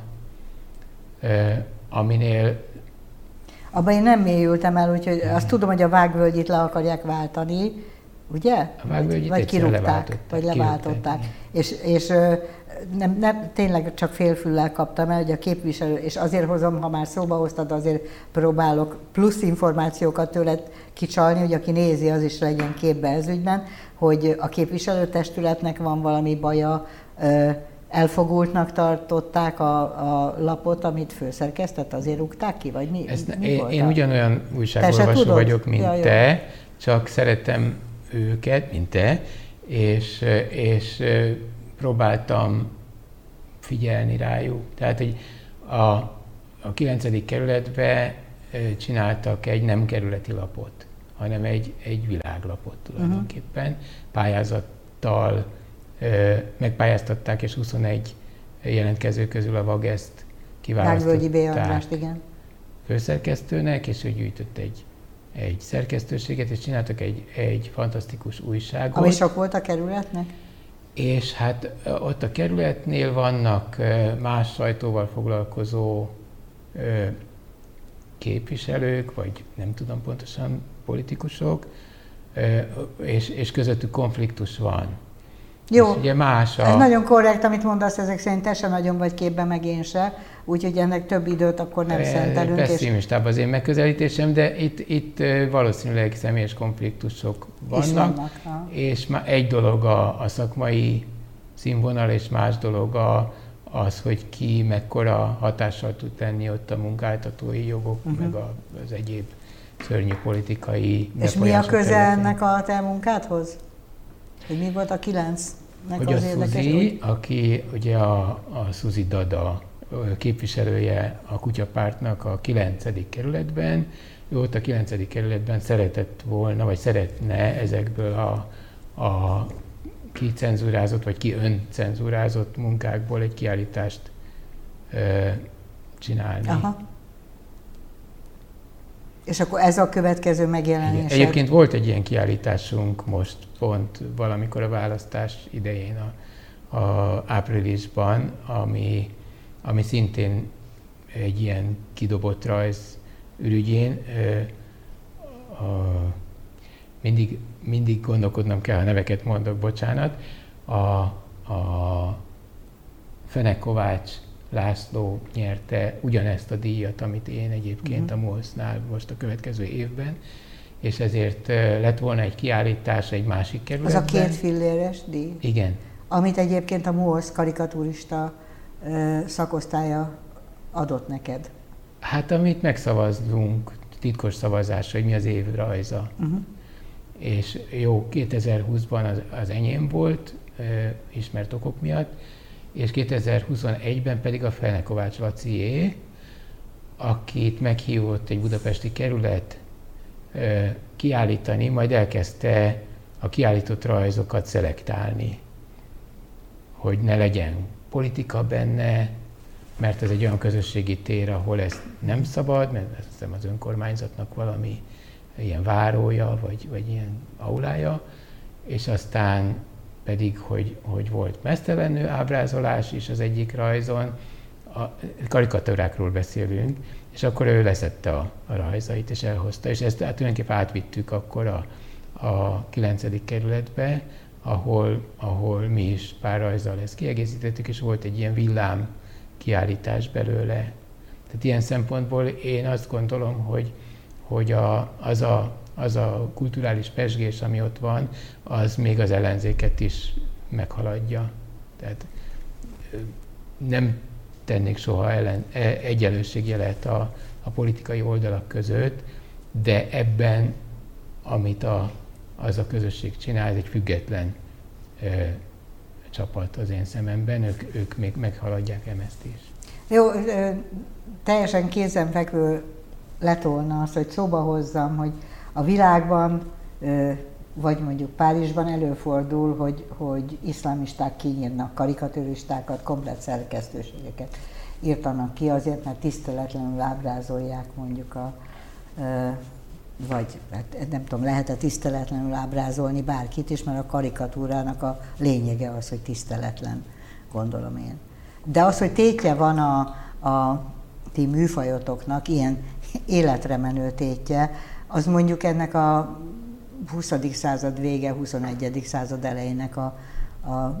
aminél abban én nem mélyültem el, úgyhogy azt tudom, hogy a Vágvölgyit le akarják váltani, ugye? A Vágvölgyit vagy kirúgták, leváltották, vagy leváltották. És, és nem, nem, tényleg csak félfüllel kaptam el, hogy a képviselő, és azért hozom, ha már szóba hoztad, azért próbálok plusz információkat tőled kicsalni, hogy aki nézi, az is legyen képbe ez ügyben, hogy a képviselőtestületnek van valami baja, elfogultnak tartották a, a lapot, amit főszerkesztett, azért rúgták ki, vagy mi, Ezt, mi én, volt? Én ugyanolyan újságolvasó vagyok, mint ja, te, jó. Csak szeretem őket, mint te, és, és próbáltam figyelni rájuk. Tehát, hogy a, a kilencedik kerületben csináltak egy nem kerületi lapot, hanem egy, egy világlapot tulajdonképpen, uh-huh. pályázattal megpályáztatták, és huszonegy jelentkező közül a Vageszt kiválasztották igen. főszerkesztőnek, és ő gyűjtött egy, egy szerkesztőséget, és csináltak egy, egy fantasztikus újságot. Ami sok volt a kerületnek? És hát ott a kerületnél vannak más sajtóval foglalkozó képviselők, vagy nem tudom pontosan politikusok, és, és közöttük konfliktus van. Jó, ugye más a... ez nagyon korrekt, amit mondasz, ezek szerint te sem nagyon vagy képben, meg én se, úgyhogy ennek több időt akkor nem szentelünk. Pesszimistább és... az én megközelítésem, de itt, itt valószínűleg személyes konfliktusok vannak, vannak és már egy dolog a, a szakmai színvonal, és más dolog a, az, hogy ki mekkora hatással tud tenni ott a munkáltatói jogok, uh-huh. meg a, az egyéb szörnyű politikai... És mi a köze ennek a te munkádhoz? Hogy mi volt a kilencnek hogy az a érdekes? Suzi, úgy? aki ugye a, a Suzi Dada képviselője a Kutyapártnak a kilencedik kerületben, ő ott a kilencedik kerületben szeretett volna, vagy szeretne ezekből a, a kicenzurázott, vagy ki öncenzurázott munkákból egy kiállítást ö, csinálni. Aha. És akkor ez a következő megjelenés. Egyébként volt egy ilyen kiállításunk most pont valamikor a választás idején, a, a áprilisban, ami, ami szintén egy ilyen kidobott rajz ürügyén. A, a, mindig, mindig gondolkodnom kell, ha neveket mondok, bocsánat. A, a Fenek Kovács László nyerte ugyanezt a díjat, amit én egyébként uh-huh. a MUOSZ-nál most a következő évben, és ezért lett volna egy kiállítás egy másik kerületben. Az a két filléres díj? Igen. Amit egyébként a MUOSZ karikaturista szakosztálya adott neked. Hát amit megszavazzunk, titkos szavazás, hogy mi az év rajza. Uh-huh. És jó, kétezer-húszban az, az enyém volt, ismert okok miatt, és kétezer-huszonegyben pedig a Fenek Kovács Lacié, akit meghívott egy budapesti kerület kiállítani, majd elkezdte a kiállított rajzokat szelektálni, hogy ne legyen politika benne, mert ez egy olyan közösségi tér, ahol ez nem szabad, mert azt hiszem az önkormányzatnak valami ilyen várója, vagy, vagy ilyen aulája, és aztán pedig, hogy, hogy volt meztelenő ábrázolás is az egyik rajzon, a karikatúrákról beszélünk, és akkor ő leszette a, a rajzait, és elhozta, és ezt hát tulajdonképpen átvittük akkor a, a kilencedik kerületbe, ahol, ahol mi is pár rajzzal ezt kiegészítettük, és volt egy ilyen villám kiállítás belőle. Tehát ilyen szempontból én azt gondolom, hogy, hogy a, az, a, az a kulturális pezsgés, ami ott van, az még az ellenzéket is meghaladja. Tehát nem tennék soha ellen, egyenlőségjelet a, a politikai oldalak között, de ebben, amit a, az a közösség csinál, ez egy független ö, csapat az én szememben, ők, ők még meghaladják ezt is. Jó, ö, teljesen kézenfekvő lett volna az, hogy szóba hozzam, hogy a világban, ö, vagy mondjuk Párizsban előfordul, hogy, hogy iszlámisták kinyírnak karikaturistákat, komplett szerkesztőségeket írtanak ki azért, mert tiszteletlenül ábrázolják mondjuk a, ö, vagy hát nem tudom, lehet-e tiszteletlenül ábrázolni bárkit is, mert a karikatúrának a lényege az, hogy tiszteletlen, gondolom én. De az, hogy tétje van a, a ti műfajotoknak, ilyen életre menő tétje, az mondjuk ennek a huszadik század vége, huszonegyedik század elejének a, a, a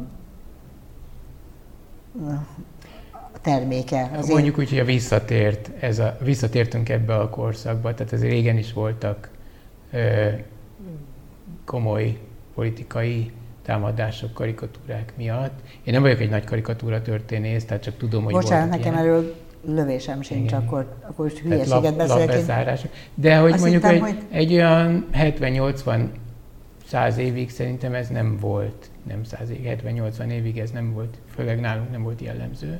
terméke. Az Mondjuk én... úgy, hogy a visszatért, ez a, visszatértünk ebbe a korszakba, tehát ez régen is voltak ö, komoly politikai támadások karikatúrák miatt. Én nem vagyok egy nagy karikatúra történész, tehát csak tudom, hogy Bocsánat, voltak nekem ilyen. erről lövésem sincs, igen. akkor, akkor hülyeséget lap, beszélek. De hogy Azt mondjuk hittem, egy, hogy... egy olyan hetven-nyolcvan száz évig szerintem ez nem volt, nem száz évig, hetven-nyolcvan évig ez nem volt, főleg nálunk nem volt jellemző.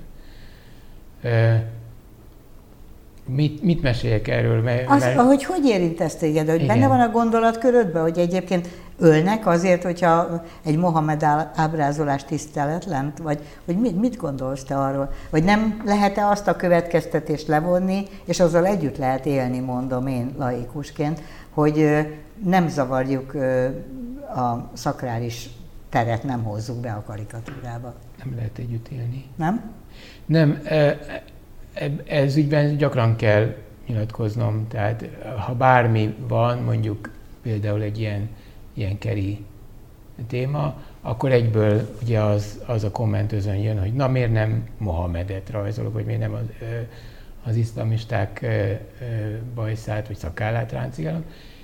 Mit, mit meséljek erről? Mert, Az, mert... Hogy hogy érint ezt téged? Hogy benne van a gondolatkörödben, hogy egyébként ölnek azért, hogyha egy Mohamed ábrázolás tiszteletlen? Vagy hogy mit, mit gondolsz te arról? Vagy nem lehet-e azt a következtetést levonni, és azzal együtt lehet élni, mondom én laikusként, hogy nem zavarjuk a szakrális teret, nem hozzuk be a karikatúrába? Nem lehet együtt élni. Nem? Nem. Ez ügyben gyakran kell nyilatkoznom, tehát ha bármi van, mondjuk például egy ilyen, ilyen keri téma, akkor egyből ugye az, az a kommentözön jön, hogy na miért nem Mohamedet rajzolok, vagy miért nem az, az iszlamisták bajszát, vagy szakállát ráncigálom.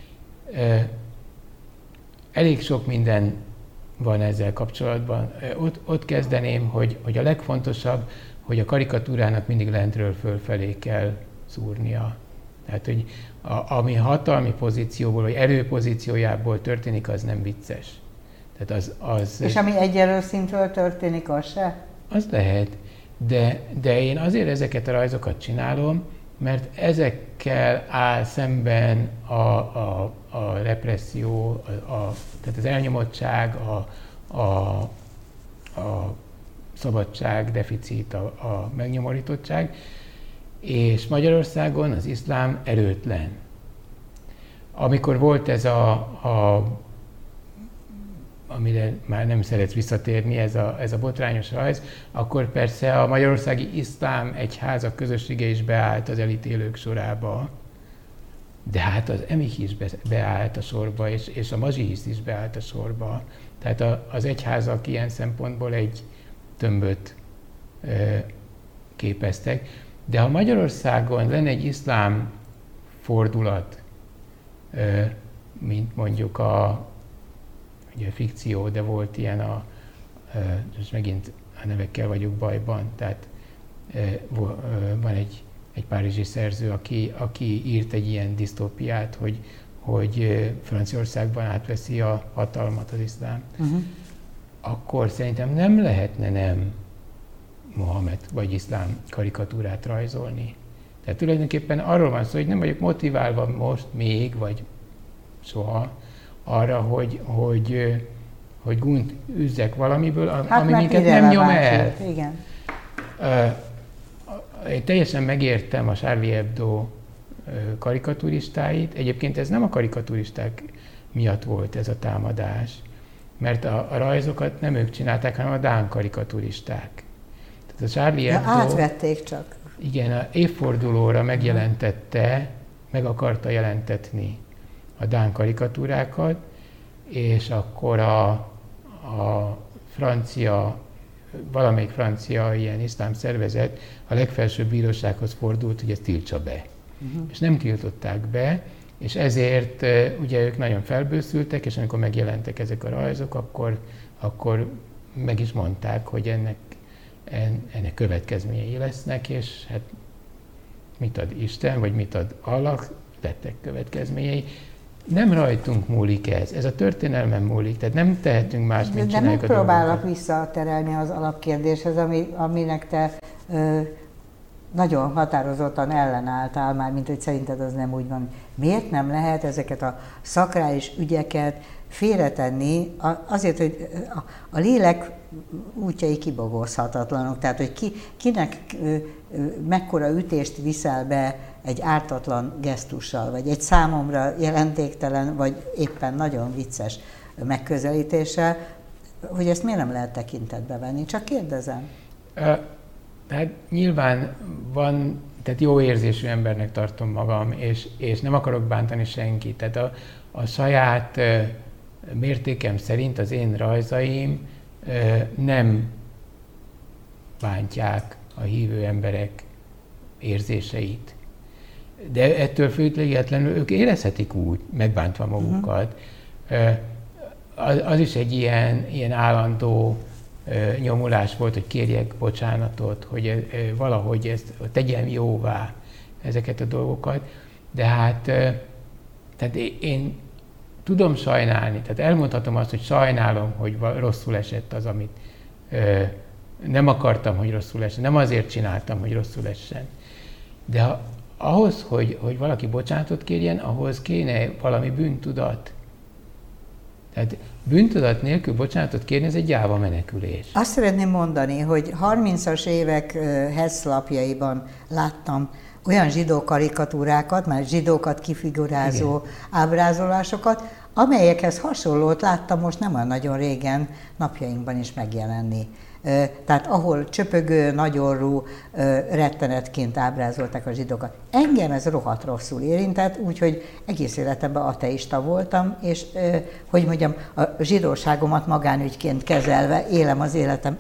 Elég sok minden van ezzel kapcsolatban. Ott, ott kezdeném, hogy, hogy a legfontosabb, hogy a karikatúrának mindig lentről fölfelé kell szúrnia. Tehát, hogy a, ami hatalmi pozícióból, vagy erőpozíciójából történik, az nem vicces. Tehát az, az, És ami egyenlő szintről történik, az se? Az lehet, de, de én azért ezeket a rajzokat csinálom, mert ezekkel áll szemben a, a, a represszió, a, a, tehát az elnyomottság, a, a, a szabadság, deficit, a, a megnyomorítottság, és Magyarországon az iszlám erőtlen. Amikor volt ez a, a amire már nem szeretsz visszatérni, ez a, ez a botrányos rajz, akkor persze a magyarországi iszlám egyházak közössége is beállt az elítélők sorába, de hát az emih is be, beállt a sorba, és, és a mazsihisz is beállt a sorba. Tehát a, az egyházak ilyen szempontból egy tömböt e, képeztek. De ha Magyarországon lenne egy iszlám fordulat, e, mint mondjuk a ugye a fikció, de volt ilyen a, most megint a nevekkel vagyok bajban, tehát van egy, egy párizsi szerző, aki, aki írt egy ilyen disztópiát, hogy, hogy Franciaországban átveszi a hatalmat az iszlám. Uh-huh. Akkor szerintem nem lehetne nem Mohamed vagy iszlám karikatúrát rajzolni. Tehát tulajdonképpen arról van szó, hogy nem vagyok motiválva most még, vagy soha, arra, hogy, hogy, hogy gúnyt üzzek valamiből, hát ami minket nem nyom el. Igen. Én teljesen megértem a Charlie Hebdo karikaturistáit. Egyébként ez nem a karikaturisták miatt volt ez a támadás, mert a, a rajzokat nem ők csinálták, hanem a dán karikaturisták. Tehát a Charlie Hebdo... Ja, átvették csak. Igen, a évfordulóra megjelentette, meg akarta jelentetni a dán karikatúrákat, és akkor a, a francia, valamelyik francia ilyen iszlám szervezet a legfelsőbb bírósághoz fordult, hogy ezt tiltsa be. Uh-huh. És nem tiltották be, és ezért ugye ők nagyon felbőszültek, és amikor megjelentek ezek a rajzok, akkor, akkor meg is mondták, hogy ennek, ennek következményei lesznek, és hát mit ad Isten, vagy mit ad Allah, lettek következményei. Nem rajtunk múlik ez, ez a történelmen múlik, tehát nem tehetünk más, mint de csináljuk a dolgokat. De megpróbálok visszaterelni az alapkérdéshez, ami, aminek te ö, nagyon határozottan ellenálltál már, mint hogy szerinted az nem úgy van. Miért nem lehet ezeket a szakrális ügyeket félretenni azért, hogy a, a lélek útjai kibogozhatatlanok, tehát hogy ki, kinek ö, ö, mekkora ütést viszel be egy ártatlan gesztussal, vagy egy számomra jelentéktelen, vagy éppen nagyon vicces megközelítéssel, hogy ezt miért nem lehet tekintetbe venni? Csak kérdezem. Hát nyilván van, tehát jó érzésű embernek tartom magam, és, és nem akarok bántani senkit. Tehát a, a saját mértékem szerint az én rajzaim nem bántják a hívő emberek érzéseit. De ettől függetlenül ők érezhetik úgy, megbántva magukat. Uh-huh. Az, az is egy ilyen, ilyen állandó uh, nyomulás volt, hogy kérjek bocsánatot, hogy uh, valahogy ezt tegyem jóvá, ezeket a dolgokat. De hát uh, tehát én tudom sajnálni, tehát elmondhatom azt, hogy sajnálom, hogy rosszul esett az, amit uh, nem akartam, hogy rosszul essen, nem azért csináltam, hogy rosszul essen. De ha, ahhoz, hogy, hogy valaki bocsánatot kérjen, ahhoz kéne valami bűntudat. Tehát bűntudat nélkül bocsánatot kérni, ez egy gyáva menekülés. Azt szeretném mondani, hogy harmincas évek Hetz-lapjaiban láttam olyan zsidó karikatúrákat, már zsidókat kifigurázó Igen. ábrázolásokat, amelyekhez hasonlót láttam most nem olyan nagyon régen napjainkban is megjelenni. Tehát ahol csöpögő, nagyorrú rettenetként ábrázolták a zsidókat. Engem ez rohadt rosszul érintett, úgyhogy egész életemben ateista voltam, és hogy mondjam, a zsidóságomat magánügyként kezelve élem az életem.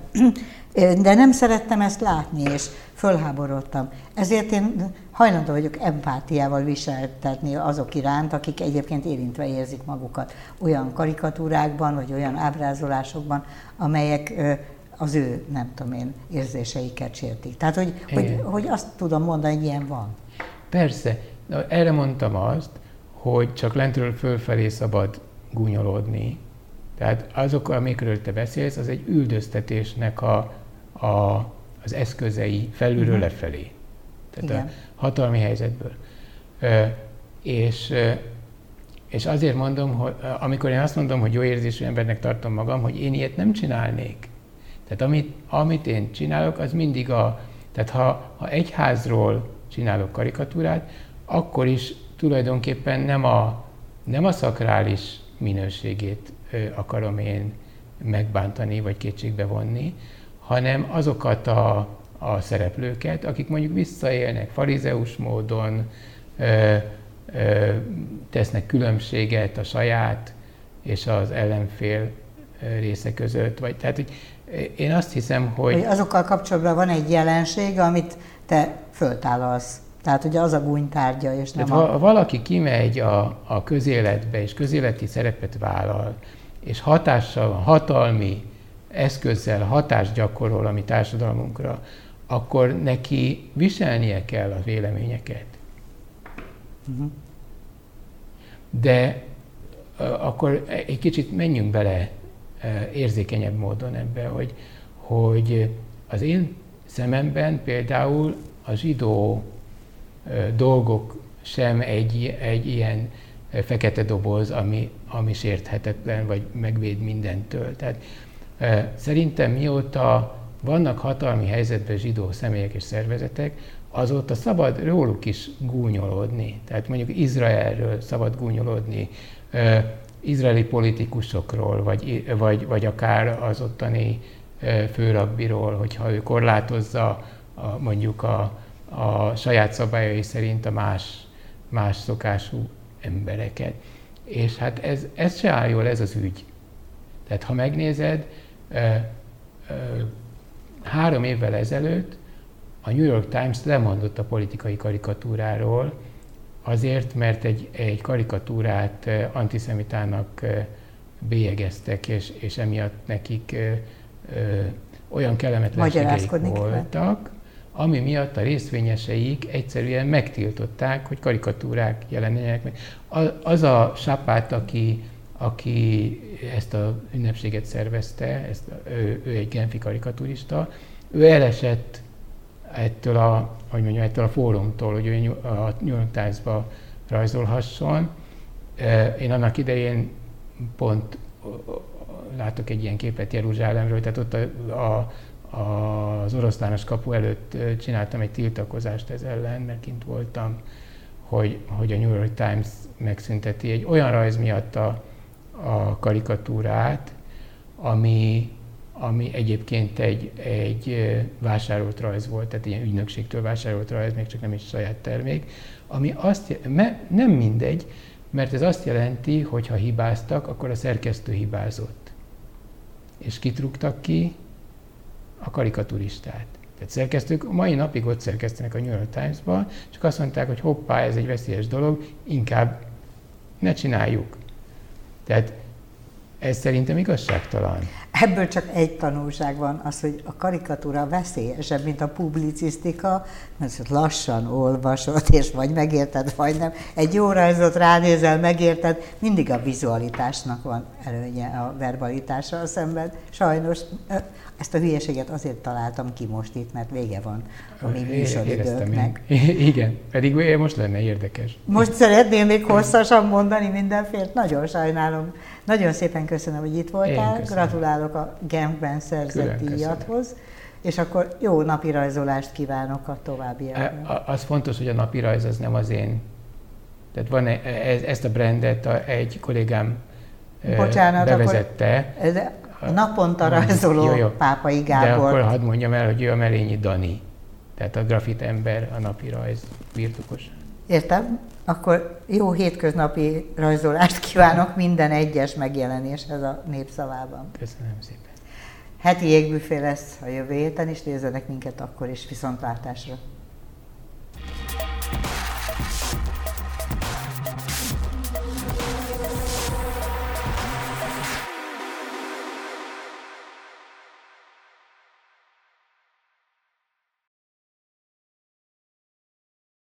De nem szerettem ezt látni, és fölháborodtam. Ezért én hajlandó vagyok empátiával viseltetni azok iránt, akik egyébként érintve érzik magukat olyan karikatúrákban, vagy olyan ábrázolásokban, amelyek az ő, nem tudom én, érzéseiket sértik. Tehát, hogy, hogy, hogy azt tudom mondani, hogy ilyen van. Persze. Na, erre mondtam azt, hogy csak lentről fölfelé szabad gúnyolódni. Tehát azok, amikről te beszélsz, az egy üldöztetésnek a, a, az eszközei felülről uh-huh. lefelé. Tehát Igen. a hatalmi helyzetből. Ö, és, és azért mondom, hogy amikor én azt mondom, hogy jó érzésű embernek tartom magam, hogy én ilyet nem csinálnék. Tehát amit, amit én csinálok, az mindig a... Tehát ha, ha egyházról csinálok karikatúrát, akkor is tulajdonképpen nem a, nem a szakrális minőségét ö, akarom én megbántani, vagy kétségbe vonni, hanem azokat a, a szereplőket, akik mondjuk visszaélnek farizeus módon, ö, ö, tesznek különbséget a saját és az ellenfél része között. Vagy, tehát, hogy én azt hiszem, hogy... hogy... Azokkal kapcsolatban van egy jelenség, amit te föltállalsz. Tehát ugye az a gúnytárgya, és nem Tehát, a... Ha valaki kimegy a, a közéletbe, és közéleti szerepet vállal, és hatással van, hatalmi eszközzel hatást gyakorol a mi társadalmunkra, akkor neki viselnie kell a véleményeket. Uh-huh. De uh, akkor egy kicsit menjünk bele érzékenyebb módon ebbe, hogy, hogy az én szememben például a zsidó dolgok sem egy, egy ilyen fekete doboz, ami, ami sérthetetlen, vagy megvéd mindentől. Tehát szerintem mióta vannak hatalmi helyzetben zsidó személyek és szervezetek, azóta szabad róluk is gúnyolódni. Tehát mondjuk Izraelről szabad gúnyolódni, izraeli politikusokról, vagy, vagy, vagy akár az ottani főrabbiról, hogyha ő korlátozza a, mondjuk a, a saját szabályai szerint a más, más szokású embereket. És hát ez, ez se áll jól, ez az ügy. Tehát ha megnézed, három évvel ezelőtt a New York Times lemondott a politikai karikatúráról, azért, mert egy, egy karikatúrát antiszemitának bélyegeztek, és, és emiatt nekik ö, ö, olyan kellemetlenségeik voltak, ami miatt a részvényeseik egyszerűen megtiltották, hogy karikatúrák jelenjenek meg. Az a Sápát, aki, aki ezt az ünnepséget szervezte, ezt, ő, ő egy genfi karikaturista, ő elesett ettől a, hogy mondjam, ettől a fórumtól, hogy ő a New York Times-ba rajzolhasson. Én annak idején pont látok egy ilyen képet Jeruzsálemről, tehát ott a, a, az oroszlános kapu előtt csináltam egy tiltakozást ez ellen, mert kint voltam, hogy, hogy a New York Times megszünteti egy olyan rajz miatt a, a karikatúrát, ami, ami egyébként egy, egy vásárolt rajz volt, tehát ilyen ügynökségtől vásárolt rajz, még csak nem is saját termék, ami azt, me, nem mindegy, Mert ez azt jelenti, hogy ha hibáztak, akkor a szerkesztő hibázott. És kit rúgtak ki? A karikaturistát. Tehát szerkesztők mai napig ott szerkesztenek a New York Times-ba, csak azt mondták, hogy hoppá, ez egy veszélyes dolog, inkább ne csináljuk. Tehát ez szerintem igazságtalan. Ebből csak egy tanulság van, az, hogy a karikatúra veszélyesebb, mint a publicisztika, mert lassan olvasod, és vagy megérted, vagy nem. Egy jó rajzot ránézel, megérted, mindig a vizualitásnak van előnye a verbalitással szemben. Sajnos ezt a hülyeséget azért találtam ki most itt, mert vége van a mi műsoridőknek. Igen, pedig most lenne érdekes. Most szeretném még hosszasan mondani mindenfélt, nagyon sajnálom. Nagyon szépen köszönöm, hogy itt voltál, gratulálok a Genfben szerzett díjathoz, és akkor jó napirajzolást kívánok a továbbiakban. Az fontos, hogy a napirajz az nem az én. Tehát van ez, ezt a brandet a, egy kollégám Bocsánat, bevezette. Akkor a naponta rajzoló jó, jó. Pápai Gábor. De akkor hadd mondjam el, hogy ő a Merényi Dani, tehát a grafit ember, a napirajz birtokos. Értem? Akkor jó hétköznapi rajzolást kívánok minden egyes megjelenéshez a Népszavában. Köszönöm szépen. Heti jégbüfé lesz a jövő héten is, nézzenek minket akkor is, viszontlátásra.